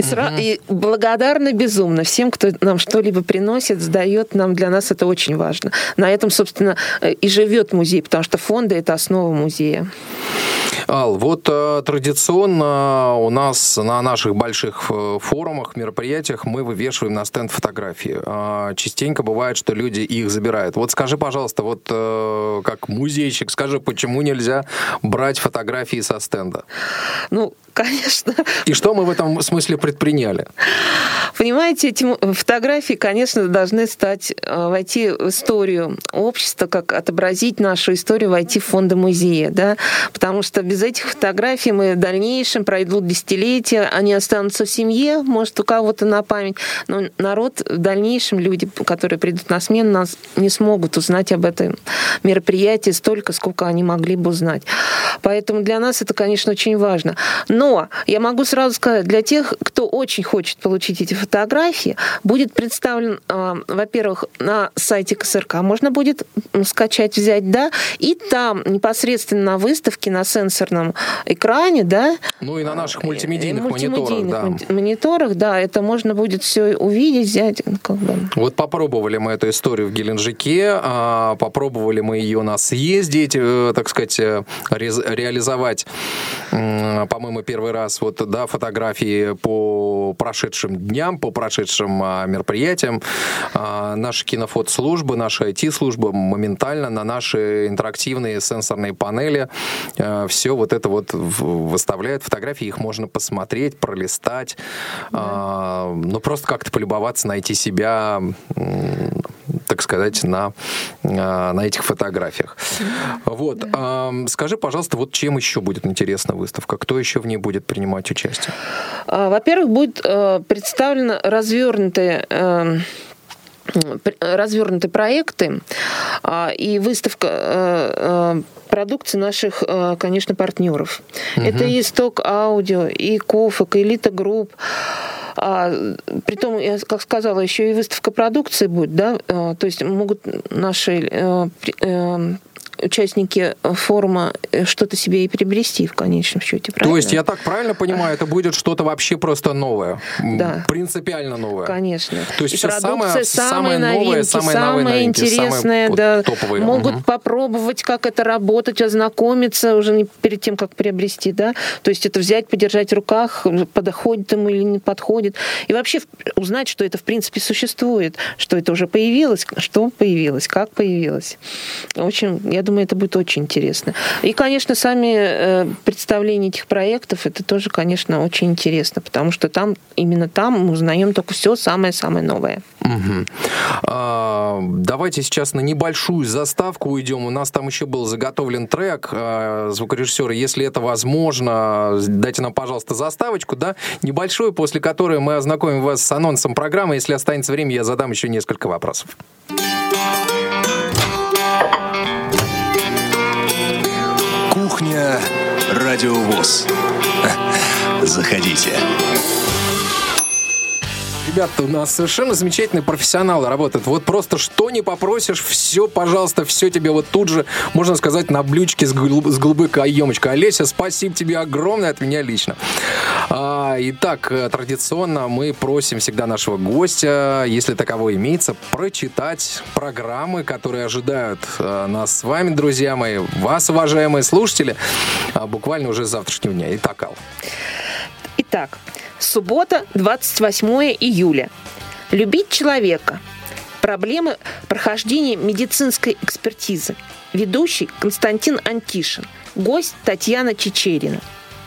[SPEAKER 4] И благодарна безумно всем, кто нам что-либо приносит, сдает нам. Для нас это очень важно. На этом, собственно, и живет музей, потому что фонды — это основа музея.
[SPEAKER 3] Ал, вот традиционно у нас на наших больших форумах, мероприятиях мы вывешиваем на стенд фотографии. Частенько бывает, что люди их забирают. Вот скажи, пожалуйста, вот как музейщик, скажи, почему нельзя брать фотографии со стенда?
[SPEAKER 4] Ну, конечно.
[SPEAKER 3] И что мы в этом смысле предприняли?
[SPEAKER 4] Понимаете, эти фотографии, конечно, должны войти в историю общества, как отобразить нашу историю, войти в фонды музея, да, потому что без этих фотографий мы в дальнейшем пройдут десятилетия, они останутся в семье, может, у кого-то на память, но народ в дальнейшем, люди, которые придут на смену, нас не смогут узнать об этом мероприятии столько, сколько они могли бы узнать. Поэтому для нас это, конечно, очень важно. Но я могу сразу сказать, для тех, кто очень хочет получить эти фотографии, будет представлен, во-первых, на сайте КСРК можно будет скачать, взять, да, и там непосредственно на выставке, на сенсорном экране, да.
[SPEAKER 3] Ну и на наших мультимедийных
[SPEAKER 4] мониторах, да, это можно будет все увидеть, взять. Как бы.
[SPEAKER 3] Вот попробовали мы эту историю в Геленджике, попробовали мы ее на съезде, так сказать, реализовать, по-моему, первый раз вот, да, фотографии по прошедшим дням, по прошедшим мероприятиям. Наши кинофотослужбы, наши IT-службы моментально на наши интерактивные сенсорные панели все вот это вот выставляют. Фотографии, их можно посмотреть, пролистать, ну просто как-то полюбоваться, найти себя, так сказать, на этих фотографиях. Вот. Скажи, пожалуйста, вот чем еще будет интересна выставка? Кто еще в ней будет принимать участие?
[SPEAKER 4] Во-первых, будут представлены развернутые проекты и выставка продукции наших, конечно, партнеров. Это и Исток Аудио, и Кофок, и Элита Групп. Притом, я как сказала, еще и выставка продукции будет, да, то есть могут наши участники форума что-то себе и приобрести в конечном счете. Правильно?
[SPEAKER 3] То есть, я так правильно понимаю, это будет что-то вообще просто новое?
[SPEAKER 4] Да.
[SPEAKER 3] Принципиально новое?
[SPEAKER 4] Конечно.
[SPEAKER 3] То есть,
[SPEAKER 4] и
[SPEAKER 3] все
[SPEAKER 4] продукция,
[SPEAKER 3] самое новое,
[SPEAKER 4] самое интересное, да, топовые. Могут попробовать, как это работать, ознакомиться уже не перед тем, как приобрести, да. То есть, это взять, подержать в руках, подходит ему или не подходит. И вообще узнать, что это в принципе существует, что это уже появилось, что появилось, как появилось. В общем, я думаю, это будет очень интересно. И, конечно, сами представления этих проектов, это тоже, конечно, очень интересно, потому что там, именно там мы узнаем только все самое-самое новое.
[SPEAKER 3] Давайте сейчас на небольшую заставку уйдем. У нас там еще был заготовлен трек. Звукорежиссеры, если это возможно, дайте нам, пожалуйста, заставочку, да, небольшую, после которой мы ознакомим вас с анонсом программы. Если останется время, я задам еще несколько вопросов.
[SPEAKER 2] Кухня Радио ВОС. Заходите.
[SPEAKER 3] Ребята, у нас совершенно замечательные профессионалы работают. Вот просто что не попросишь, все, пожалуйста, все тебе вот тут же, можно сказать, на блюдечке с голубой каемочкой. Олеся, спасибо тебе огромное от меня лично. Итак, традиционно мы просим всегда нашего гостя, если таковой имеется, прочитать программы, которые ожидают нас с вами, друзья мои, вас, уважаемые слушатели, буквально уже с завтрашнего дня. Итак, Ал.
[SPEAKER 4] Итак, суббота, 28 июля. Любить человека. Проблемы прохождения медицинской экспертизы. Ведущий Константин Антишин. Гость Татьяна Чечерина.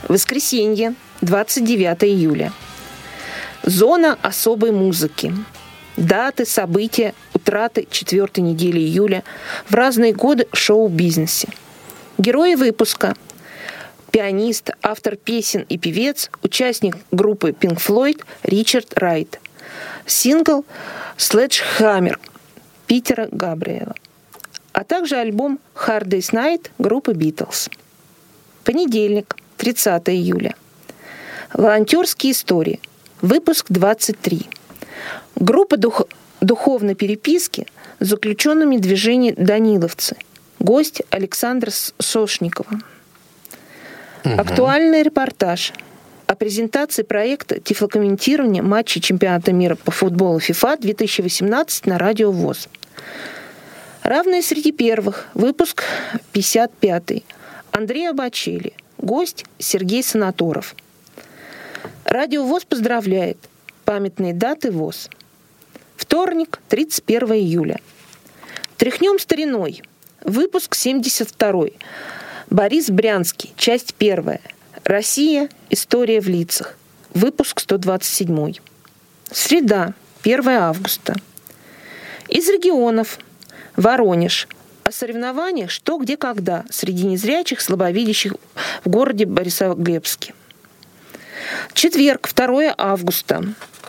[SPEAKER 4] Воскресенье, 29 июля. Зона особой музыки. Даты, события, утраты 4-й недели июля в разные годы в шоу-бизнесе. Герои выпуска. Пианист, автор песен и певец, участник группы Pink Floyd Ричард Райт. Сингл «Sledgehammer» Питера Габриэла. А также альбом «Hard Day's Night» группы Beatles. Понедельник, 30 июля. Волонтерские истории. Выпуск 23. Группа духовной переписки с заключенными движения «Даниловцы». Гость Александра Сошникова. Актуальный репортаж о презентации проекта тифлокомментирования матчей чемпионата мира по футболу ФИФА 2018 на Радио ВОС. Равные среди первых. Выпуск 55. Андрей Абачели. Гость Сергей Санаторов. Радио ВОС поздравляет. Памятные даты ВОС. Вторник, 31 июля. Тряхнем стариной. Выпуск 72. Борис Брянский. Часть 1. Россия. История в лицах. Выпуск 127. Среда, 1 августа. Из регионов. Воронеж. О соревнованиях «Что, где, когда» среди незрячих, слабовидящих в городе Борисоглебске. Четверг, 2 августа.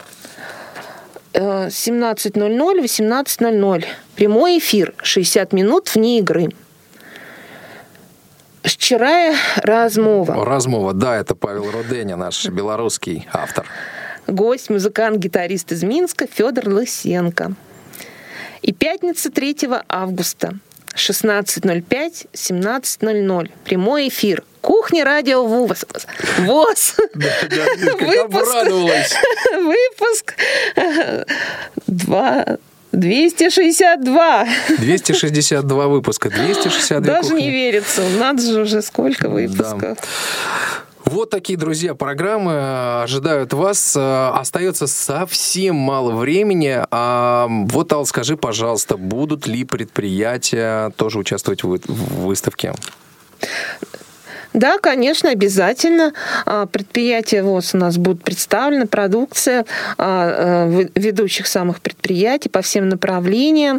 [SPEAKER 4] 17:00, 18:00. Прямой эфир, 60 минут вне игры. Щирая размова.
[SPEAKER 3] Размова, да, это Павел Руденя, наш белорусский автор.
[SPEAKER 4] Гость, музыкант-гитарист из Минска Федор Лысенко. И пятница, 3 августа. 16:05, 17:00. Прямой эфир. Кухня Радио ВОС. ВОС.
[SPEAKER 3] Обрадовалась.
[SPEAKER 4] Выпуск 262.
[SPEAKER 3] 262 выпуска. 262
[SPEAKER 4] Даже
[SPEAKER 3] кухни.
[SPEAKER 4] не верится. Надо же уже сколько выпусков.
[SPEAKER 3] Да. Вот такие, друзья, программы ожидают вас. Остается совсем мало времени. Вот, Ал, скажи, пожалуйста, будут ли предприятия тоже участвовать в выставке?
[SPEAKER 4] Да, конечно, обязательно. Предприятия ВОС у нас будут представлены, продукция ведущих самых предприятий по всем направлениям.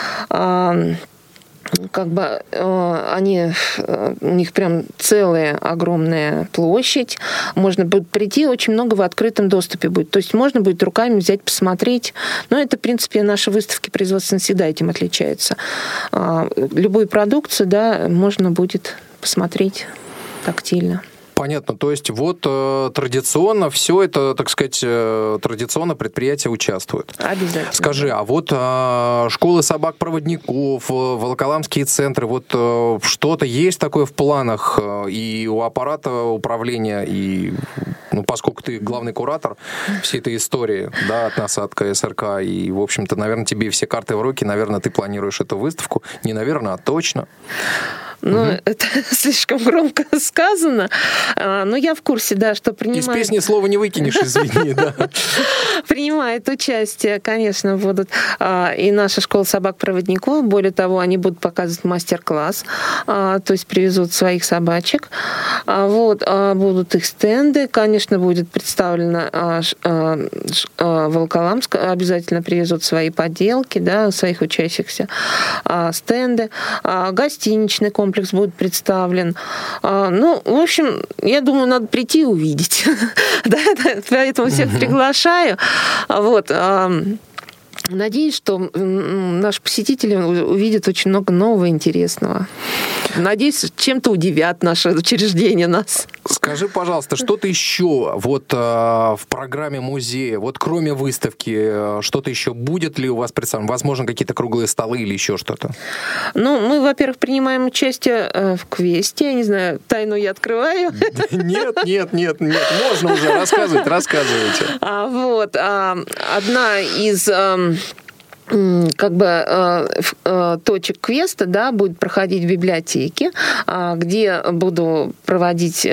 [SPEAKER 4] Как бы у них прям целая огромная площадь. Можно будет прийти, очень много в открытом доступе будет. То есть можно будет руками взять, посмотреть. Но это, в принципе, наши выставки производственные всегда этим отличаются. Любую продукцию, да, можно будет посмотреть тактильно.
[SPEAKER 3] Понятно. То есть вот традиционно все это, так сказать, традиционно предприятия участвуют.
[SPEAKER 4] Обязательно.
[SPEAKER 3] Скажи, а вот школы собак-проводников, волоколамские центры, вот что-то есть такое в планах и у аппарата управления, и поскольку ты главный куратор всей этой истории, да, от насадка СРК, и, в общем-то, наверное, тебе все карты в руки, наверное, ты планируешь эту выставку. Не наверное, а точно.
[SPEAKER 4] Это слишком громко сказано. Но я в курсе, да, что принимает...
[SPEAKER 3] Из песни слова не выкинешь, извини, да.
[SPEAKER 4] Принимает участие, конечно, будут и наша школа собак-проводников. Более того, они будут показывать мастер-класс, то есть привезут своих собачек. Будут их стенды. Конечно, будет представлена Волоколамск, обязательно привезут свои поделки, да, своих учащихся, стенды. Гостиничный комплекс будет представлен. В общем, я думаю, надо прийти и увидеть. Поэтому всех приглашаю. Надеюсь, что наши посетители увидят очень много нового и интересного. Надеюсь, чем-то удивят наше учреждение нас.
[SPEAKER 3] Скажи, пожалуйста, что-то еще в программе музея, кроме выставки, что-то еще будет ли у вас представлено? Возможно, какие-то круглые столы или еще что-то?
[SPEAKER 4] Мы, во-первых, принимаем участие в квесте. Я не знаю, тайну я открываю?
[SPEAKER 3] Нет. Можно уже рассказывайте.
[SPEAKER 4] Одна из как бы точек квеста, да, будет проходить в библиотеке, где буду проводить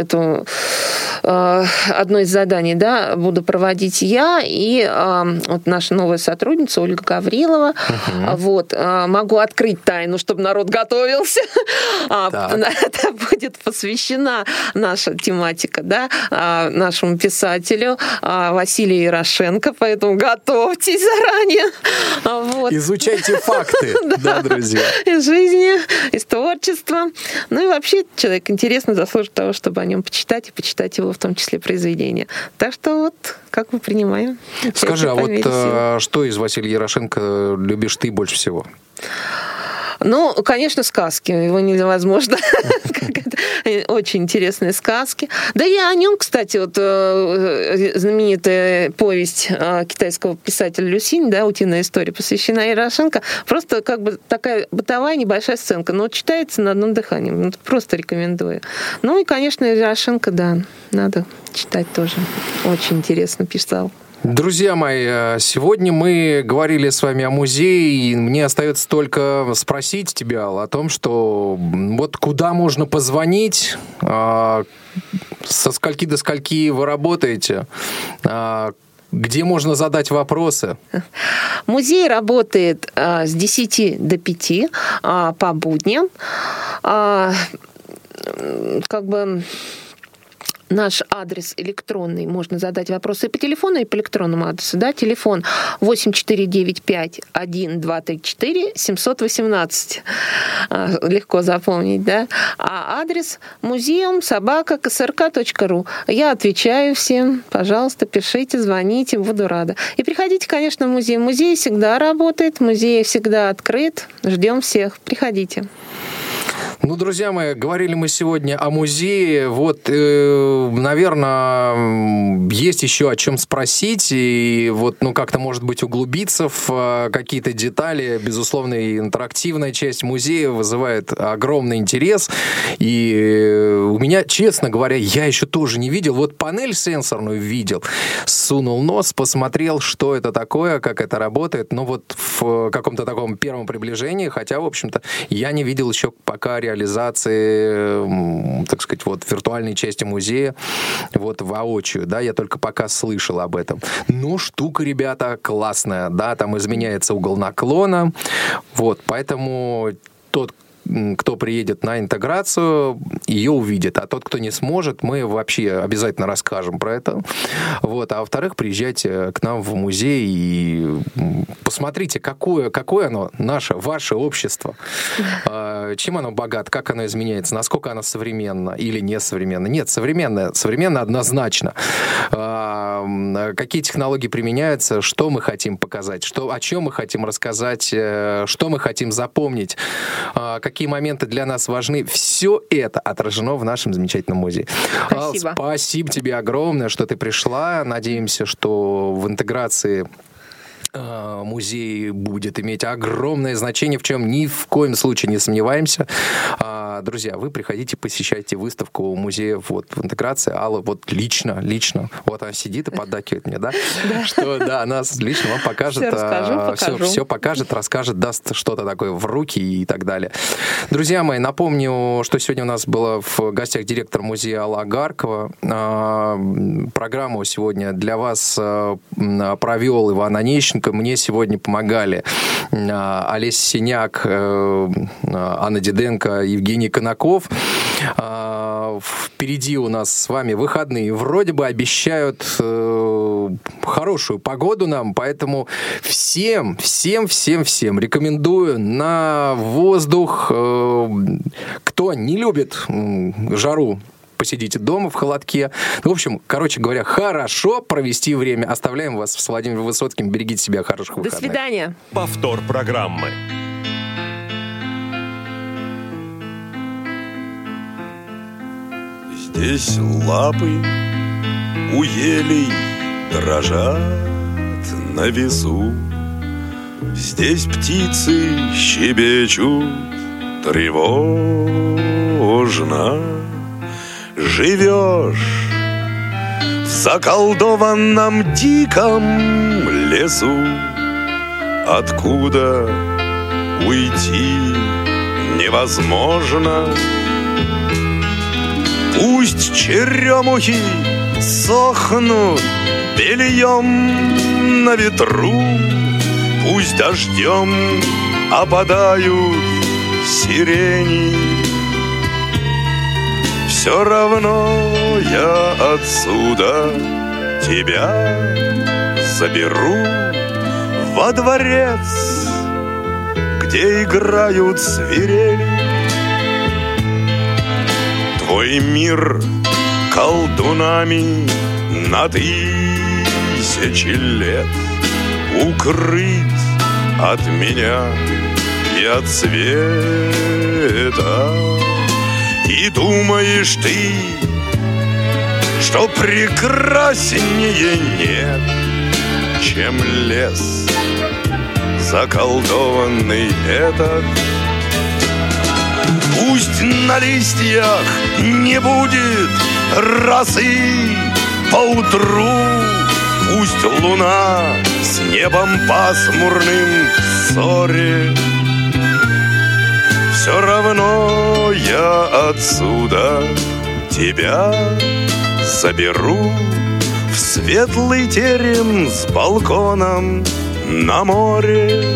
[SPEAKER 4] одно из заданий, да, буду проводить я и вот наша новая сотрудница Ольга Гаврилова. Вот, могу открыть тайну, чтобы народ готовился. Это будет посвящена наша тематика, да, нашему писателю Василию Ярошенко, поэтому готовьтесь заранее. Вот.
[SPEAKER 3] Изучайте факты, да, друзья.
[SPEAKER 4] Из жизни, из творчества. Ну и вообще человек интересно заслужит того, чтобы о нем почитать, и почитать его в том числе произведения. Так что вот, как мы принимаем.
[SPEAKER 3] Скажи, а вот что из Василия Ярошенко любишь ты больше всего?
[SPEAKER 4] Ну, конечно, сказки. Его невозможно. Очень интересные сказки. Да и о нем, кстати, вот знаменитая повесть китайского писателя Люсинь, да, «Утиная история», посвящена Ярошенко. Просто как бы такая бытовая небольшая сценка, но читается на одном дыхании. Просто рекомендую. Ну и, конечно, Ярошенко, да, надо читать тоже. Очень интересно писал.
[SPEAKER 3] Друзья мои, сегодня мы говорили с вами о музее, и мне остается только спросить тебя, Алла, о том, что вот куда можно позвонить, со скольки до скольки вы работаете, где можно задать вопросы?
[SPEAKER 4] Музей работает с 10 до 5 по будням. Как бы... Наш адрес электронный, можно задать вопросы и по телефону, и по электронному адресу. Да? Телефон 8495-1234-718. Легко запомнить, да? А адрес museum@ksrk.ru. Я отвечаю всем. Пожалуйста, пишите, звоните, буду рада. И приходите, конечно, в музей. Музей всегда работает, музей всегда открыт. Ждем всех. Приходите.
[SPEAKER 3] Ну, друзья мои, говорили мы сегодня о музее. Вот, наверное, есть еще о чем спросить. И вот, ну, как-то, может быть, углубиться в какие-то детали. Безусловно, и интерактивная часть музея вызывает огромный интерес. И у меня, честно говоря, я еще тоже не видел. Вот панель сенсорную видел. Сунул нос, посмотрел, что это такое, как это работает. Но вот в каком-то таком первом приближении, хотя, в общем-то, я не видел еще пока реализации, так сказать, вот виртуальной части музея вот воочию, да, я только пока слышал об этом. Но штука, ребята, классная, да, там изменяется угол наклона, вот, поэтому тот, кто приедет на интеграцию, ее увидит. А тот, кто не сможет, мы вообще обязательно расскажем про это. Вот. А во-вторых, приезжайте к нам в музей и посмотрите, какое оно, ваше общество. Чем оно богато, как оно изменяется, насколько оно современно или не современно. Нет, современно однозначно. Какие технологии применяются, что мы хотим показать, о чем мы хотим рассказать, что мы хотим запомнить, какие моменты для нас важны. Все это отражено в нашем замечательном музее.
[SPEAKER 4] Спасибо.
[SPEAKER 3] Спасибо тебе огромное, что ты пришла. Надеемся, что в интеграции музей будет иметь огромное значение, в чем ни в коем случае не сомневаемся. Друзья, вы приходите, посещайте выставку музея вот в интеграции. Алла вот лично, вот она сидит и поддакивает мне, да? Что, да, она лично вам покажет, все покажет, расскажет, даст что-то такое в руки и так далее. Друзья мои, напомню, что сегодня у нас была в гостях директор музея Алла Агаркова. Программу сегодня для вас провел Иван Онищенко. Мне сегодня помогали Олеся Синяк, Анна Диденко, Евгений Конаков. Впереди у нас с вами выходные. Вроде бы обещают хорошую погоду нам, поэтому всем рекомендую на воздух. Кто не любит жару, посидите дома в холодке. В общем, короче говоря, хорошо провести время. Оставляем вас с Владимиром Высоцким. Берегите себя, хороших выходных.
[SPEAKER 4] До свидания.
[SPEAKER 1] Повтор программы.
[SPEAKER 2] Здесь лапы у елей дрожат на весу. Здесь птицы щебечут тревожно. Живешь в заколдованном диком лесу, откуда уйти невозможно. Пусть черемухи сохнут бельем на ветру, пусть дождем опадают сирени. Все равно я отсюда тебя заберу во дворец, где играют свирели. Твой мир колдунами на 1000 лет укрыть от меня и от света. И думаешь ты, что прекраснее нет, чем лес заколдованный этот. Пусть на листьях не будет росы поутру, пусть луна с небом пасмурным ссорит, все равно я отсюда тебя заберу в светлый терем с балконом на море.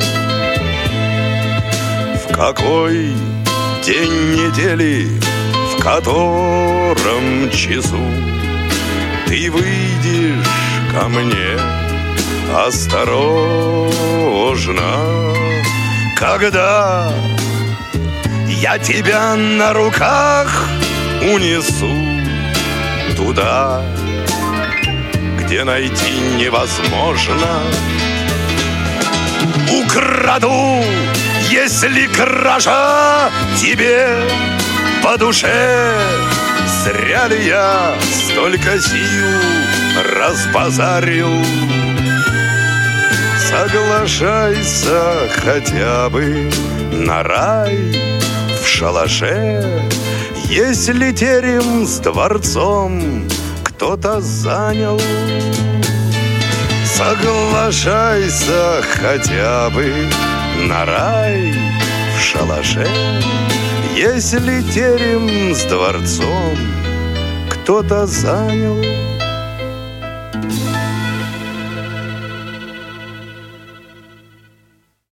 [SPEAKER 2] В какой день недели, в котором часу ты выйдешь ко мне осторожно, когда я тебя на руках унесу туда, где найти невозможно. Украду, если кража тебе по душе. Зря ли я столько сил разбазарил? Соглашайся хотя бы на рай в шалаше, если терем с дворцом кто-то занял. Соглашайся хотя бы на рай в шалаше, если терем с дворцом кто-то занял.